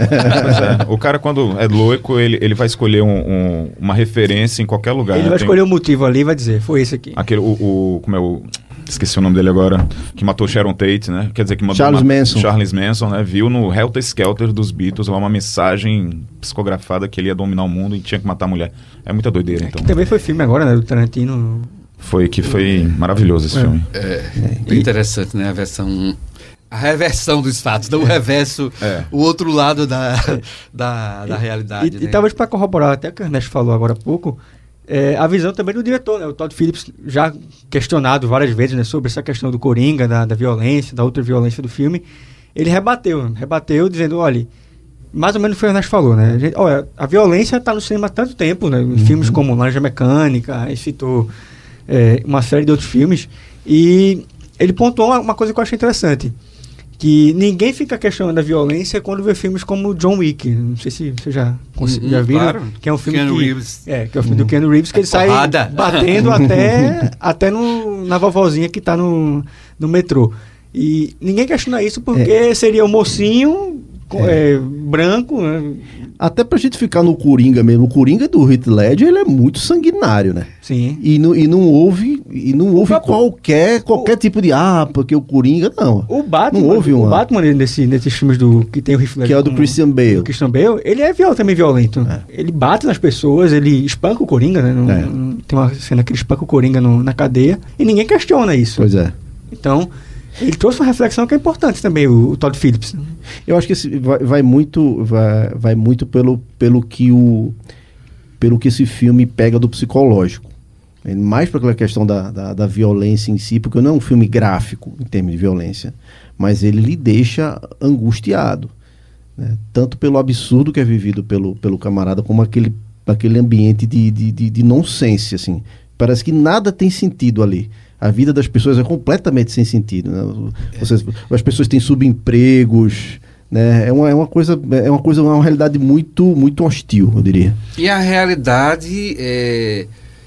O cara, quando é louco, ele vai escolher uma referência em qualquer lugar. Ele vai escolher o motivo ali e vai dizer, foi esse aqui. Aquele, como é o... Esqueci o nome dele agora, que matou Sharon Tate, né? Quer dizer, que matou Charles Manson, né? Viu no Helter Skelter dos Beatles lá uma mensagem psicografada que ele ia dominar o mundo e tinha que matar a mulher. É muita doideira, então. Também foi filme agora, né? Do Tarantino. Foi maravilhoso esse filme. Bem interessante, né? A reversão dos fatos, não o reverso, o outro lado da realidade. E talvez para corroborar até o que o Ernesto falou agora há pouco, a visão também do diretor, né? O Todd Phillips, já questionado várias vezes, né, sobre essa questão do Coringa, da violência, da outra violência do filme, ele rebateu dizendo, olha, mais ou menos o que o Ernesto falou, né? A violência está no cinema há tanto tempo, né? Em filmes como Laranja Mecânica, ele citou uma série de outros filmes, e ele pontuou uma coisa que eu achei interessante, que ninguém fica questionando a violência quando vê filmes como John Wick. Não sei se vocês já viram, claro. Que é um filme que é o filme do Keanu Reeves, que ele sai batendo até na vovozinha que está no metrô. E ninguém questiona isso porque seria o mocinho branco, né? Até pra gente ficar no Coringa mesmo. O Coringa do Heath Ledger, ele é muito sanguinário, né? Sim. E não houve qualquer tipo de porque o Coringa, não. O Batman nesses filmes que tem o Heath Ledger, que é o do Christian Bale. O Christian Bale, ele é também violento. Ele bate nas pessoas, ele espanca o Coringa, né? Tem uma cena que ele espanca o Coringa na cadeia e ninguém questiona isso. Pois é. Então, ele trouxe uma reflexão que é importante também, o Todd Phillips. Eu acho que vai muito pelo que esse filme pega do psicológico. Mais para aquela questão da violência em si, porque não é um filme gráfico em termos de violência, mas ele lhe deixa angustiado, né? Tanto pelo absurdo que é vivido pelo camarada, como aquele ambiente de nonsense, assim. Parece que nada tem sentido ali. A vida das pessoas é completamente sem sentido, né? As pessoas têm subempregos, né? É uma realidade muito, muito hostil, eu diria. E a realidade é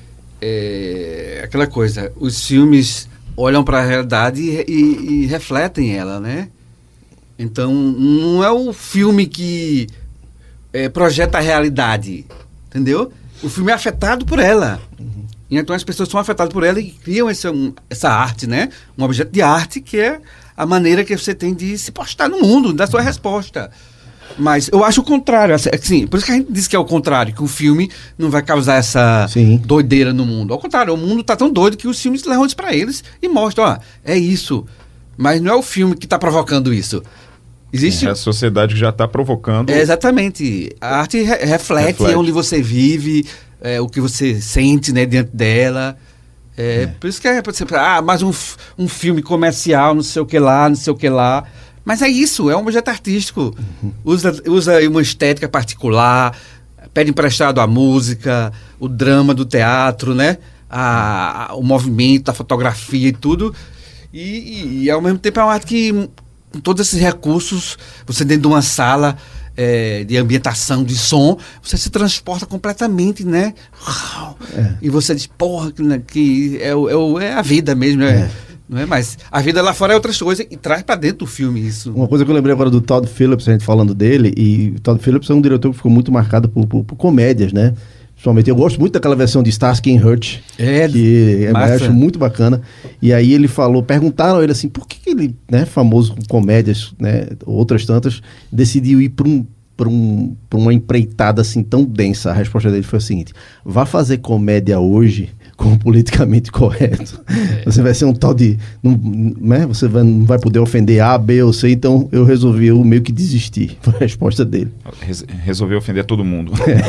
aquela coisa, os filmes olham para a realidade e refletem ela, né? Então, não é o filme que projeta a realidade, entendeu? O filme é afetado por ela. Então as pessoas são afetadas por ela e criam essa arte, né? Um objeto de arte que é a maneira que você tem de se postar no mundo, dar sua resposta. Mas eu acho o contrário. Assim, por isso que a gente diz que é o contrário, que o filme não vai causar essa doideira no mundo. Ao contrário, o mundo está tão doido que os filmes levam isso para eles e mostram, é isso. Mas não é o filme que está provocando isso. Existe... É a sociedade que já está provocando. Exatamente. A arte reflete onde você vive, o que você sente, né, diante dela. Por isso que mais um filme comercial, não sei o que lá. Mas é isso, é um objeto artístico. Usa uma estética particular, pede emprestado a música, o drama do teatro, né? O movimento, a fotografia e tudo. E ao mesmo tempo é uma arte que, com todos esses recursos, você dentro de uma sala de ambientação, de som, você se transporta completamente, né? E você diz, porra, que é a vida mesmo, não é? Mas a vida lá fora é outras coisas e traz pra dentro do filme isso. Uma coisa que eu lembrei agora do Todd Phillips, a gente falando dele, e o Todd Phillips é um diretor que ficou muito marcado por comédias, né? Principalmente, eu gosto muito daquela versão de Starsky & Hutch, que eu acho muito bacana. E aí perguntaram a ele assim, por que ele, né, famoso com comédias, né, outras tantas, decidiu ir para uma empreitada assim tão densa? A resposta dele foi a seguinte: vá fazer comédia hoje como politicamente correto. Você vai ser um tal de... né? Você não vai poder ofender A, B ou C, então eu resolvi meio que desistir. Foi a resposta dele. Resolveu ofender todo mundo.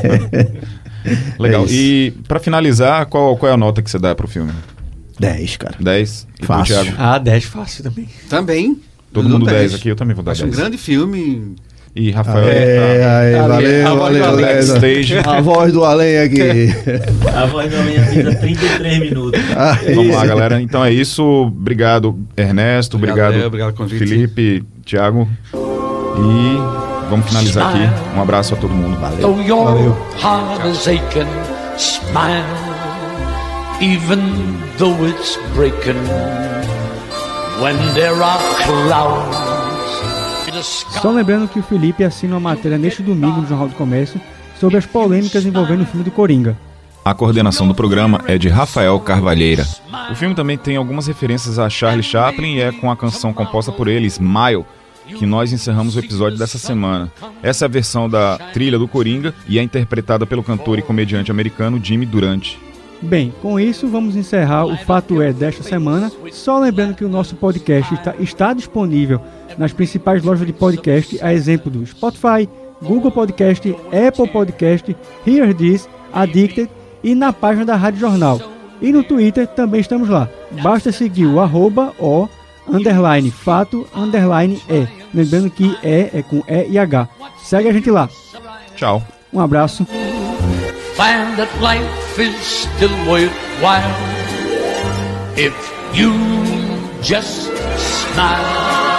Legal. E para finalizar, qual é a nota que você dá pro filme? 10, cara. 10? Fácil. 10 fácil também. Também. Todo mundo 10 aqui, eu também vou dar 10. Acho um grande filme. E Rafael... valeu. Backstage. A voz do além aqui. A voz do além aqui dá 33 minutos. Vamos lá, galera. Então é isso. Obrigado, Ernesto. Obrigado Felipe, Thiago. E vamos finalizar aqui. Um abraço a todo mundo. Valeu. Even though it's breaking, when there are clouds. Só lembrando que o Felipe assina uma matéria neste domingo no Jornal do Comércio sobre as polêmicas envolvendo o filme do Coringa. A coordenação do programa é de Rafael Carvalheira. O filme também tem algumas referências a Charlie Chaplin e é com a canção composta por ele, Smile, que nós encerramos o episódio dessa semana. Essa é a versão da trilha do Coringa e é interpretada pelo cantor e comediante americano Jimmy Durante. Bem, com isso vamos encerrar o Fato É desta semana, só lembrando que o nosso podcast está disponível nas principais lojas de podcast, a exemplo do Spotify, Google Podcast, Apple Podcast, Hear This, Addicted e na página da Rádio Jornal. E no Twitter também estamos lá. Basta seguir o @o_fato_é. Lembrando que é com E e H. Segue a gente lá. Tchau. Um abraço. Find that life is still worthwhile if you just smile.